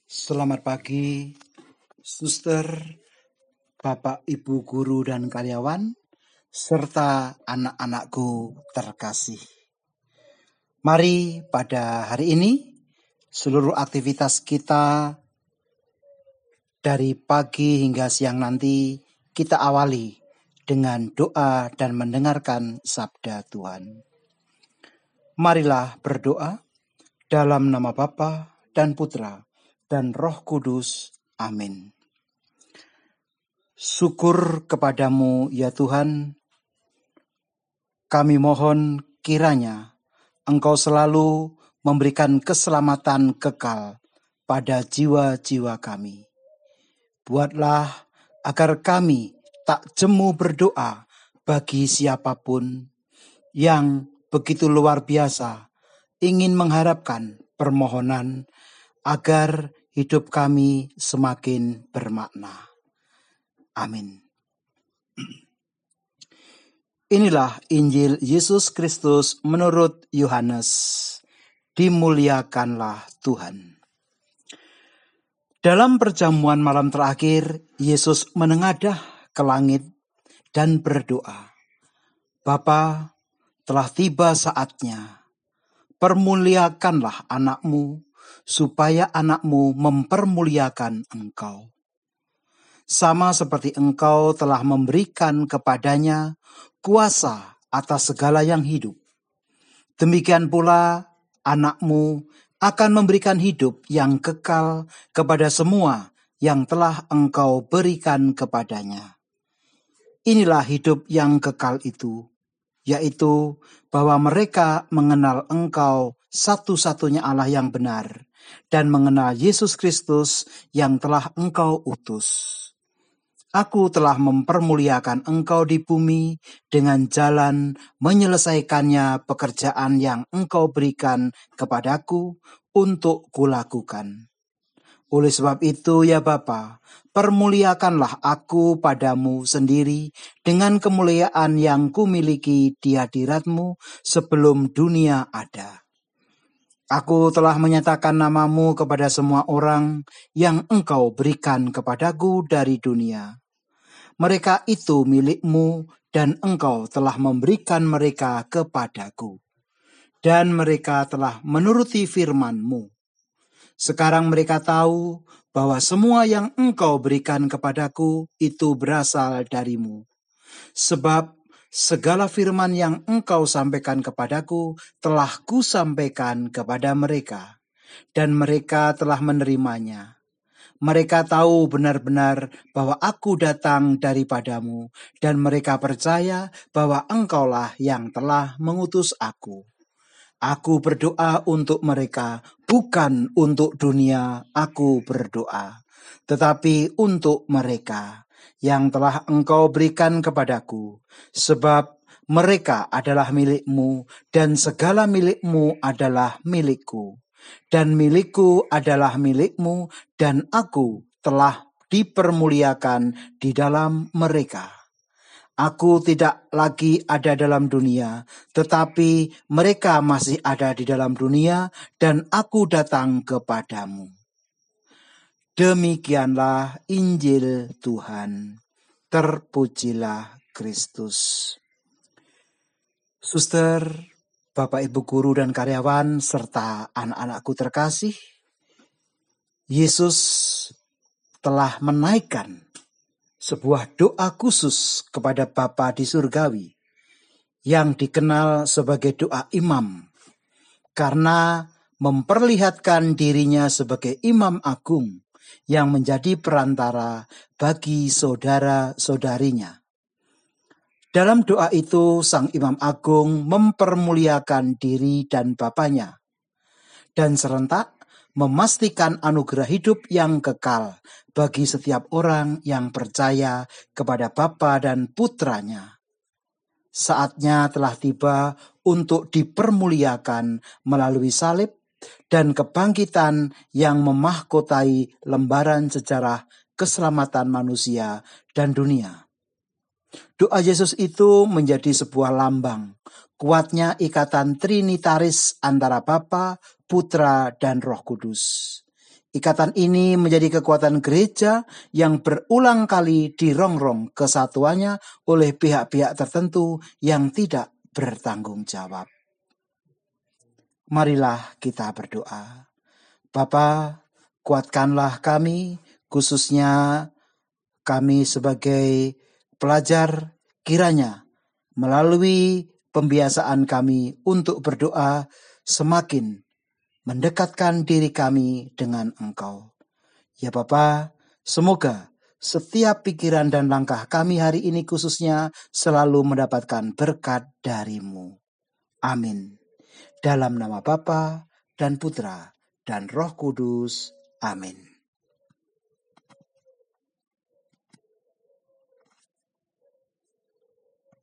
Selamat pagi, suster, bapak, ibu, guru, dan karyawan, serta anak-anakku terkasih. Mari pada hari ini, seluruh aktivitas kita dari pagi hingga siang nanti, kita awali dengan doa dan mendengarkan sabda Tuhan. Marilah berdoa dalam nama Bapa dan Putra dan Roh Kudus. Amin. Syukur kepadamu ya Tuhan, kami mohon kiranya Engkau selalu memberikan keselamatan kekal pada jiwa-jiwa kami. Buatlah agar kami tak jemu berdoa bagi siapapun yang begitu luar biasa ingin mengharapkan permohonan agar hidup kami semakin bermakna. Amin. Inilah Injil Yesus Kristus menurut Yohanes. Dimuliakanlah Tuhan. Dalam perjamuan malam terakhir, Yesus menengadah ke langit dan berdoa, "Bapa, telah tiba saatnya. Permuliakanlah anakmu, supaya anakmu mempermuliakan engkau. Sama seperti engkau telah memberikan kepadanya kuasa atas segala yang hidup. Demikian pula anakmu akan memberikan hidup yang kekal kepada semua yang telah engkau berikan kepadanya. Inilah hidup yang kekal itu, yaitu bahwa mereka mengenal engkau satu-satunya Allah yang benar dan mengenal Yesus Kristus yang telah engkau utus. Aku telah mempermuliakan engkau di bumi dengan jalan menyelesaikannya pekerjaan yang engkau berikan kepadaku untuk kulakukan. Oleh sebab itu ya Bapa, permuliakanlah aku padamu sendiri dengan kemuliaan yang kumiliki di hadiratmu sebelum dunia ada. Aku telah menyatakan namamu kepada semua orang yang engkau berikan kepadaku dari dunia. Mereka itu milikmu dan engkau telah memberikan mereka kepadaku. Dan mereka telah menuruti firman-Mu. Sekarang mereka tahu bahwa semua yang engkau berikan kepadaku itu berasal darimu. Sebab segala firman yang engkau sampaikan kepadaku telah kusampaikan kepada mereka, dan mereka telah menerimanya. Mereka tahu benar-benar bahwa aku datang daripadamu, dan mereka percaya bahwa engkaulah yang telah mengutus aku. Aku berdoa untuk mereka, bukan untuk dunia aku berdoa, tetapi untuk mereka yang telah engkau berikan kepadaku, sebab mereka adalah milikmu, dan segala milikmu adalah milikku, dan milikku adalah milikmu, dan aku telah dipermuliakan di dalam mereka. Aku tidak lagi ada dalam dunia, tetapi mereka masih ada di dalam dunia, dan aku datang kepadamu." Demikianlah Injil Tuhan. Terpujilah Kristus. Suster, Bapak, Ibu, guru, dan karyawan, serta anak-anakku terkasih, Yesus telah menaikkan sebuah doa khusus kepada Bapa di surgawi yang dikenal sebagai doa imam, karena memperlihatkan dirinya sebagai imam agung yang menjadi perantara bagi saudara-saudarinya. Dalam doa itu, sang imam agung mempermuliakan diri dan Bapanya, dan serentak memastikan anugerah hidup yang kekal bagi setiap orang yang percaya kepada Bapa dan Putranya. Saatnya telah tiba untuk dipermuliakan melalui salib dan kebangkitan yang memahkotai lembaran sejarah keselamatan manusia dan dunia. Doa Yesus itu menjadi sebuah lambang kuatnya ikatan trinitaris antara Bapa, Putra, dan Roh Kudus. Ikatan ini menjadi kekuatan gereja yang berulang kali dirongrong kesatuannya oleh pihak-pihak tertentu yang tidak bertanggung jawab. Marilah kita berdoa. Bapa, kuatkanlah kami, khususnya kami sebagai pelajar, kiranya melalui pembiasaan kami untuk berdoa semakin mendekatkan diri kami dengan Engkau. Ya Bapa, semoga setiap pikiran dan langkah kami hari ini khususnya selalu mendapatkan berkat dari-Mu. Amin. Dalam nama Bapa dan Putra dan Roh Kudus. Amin.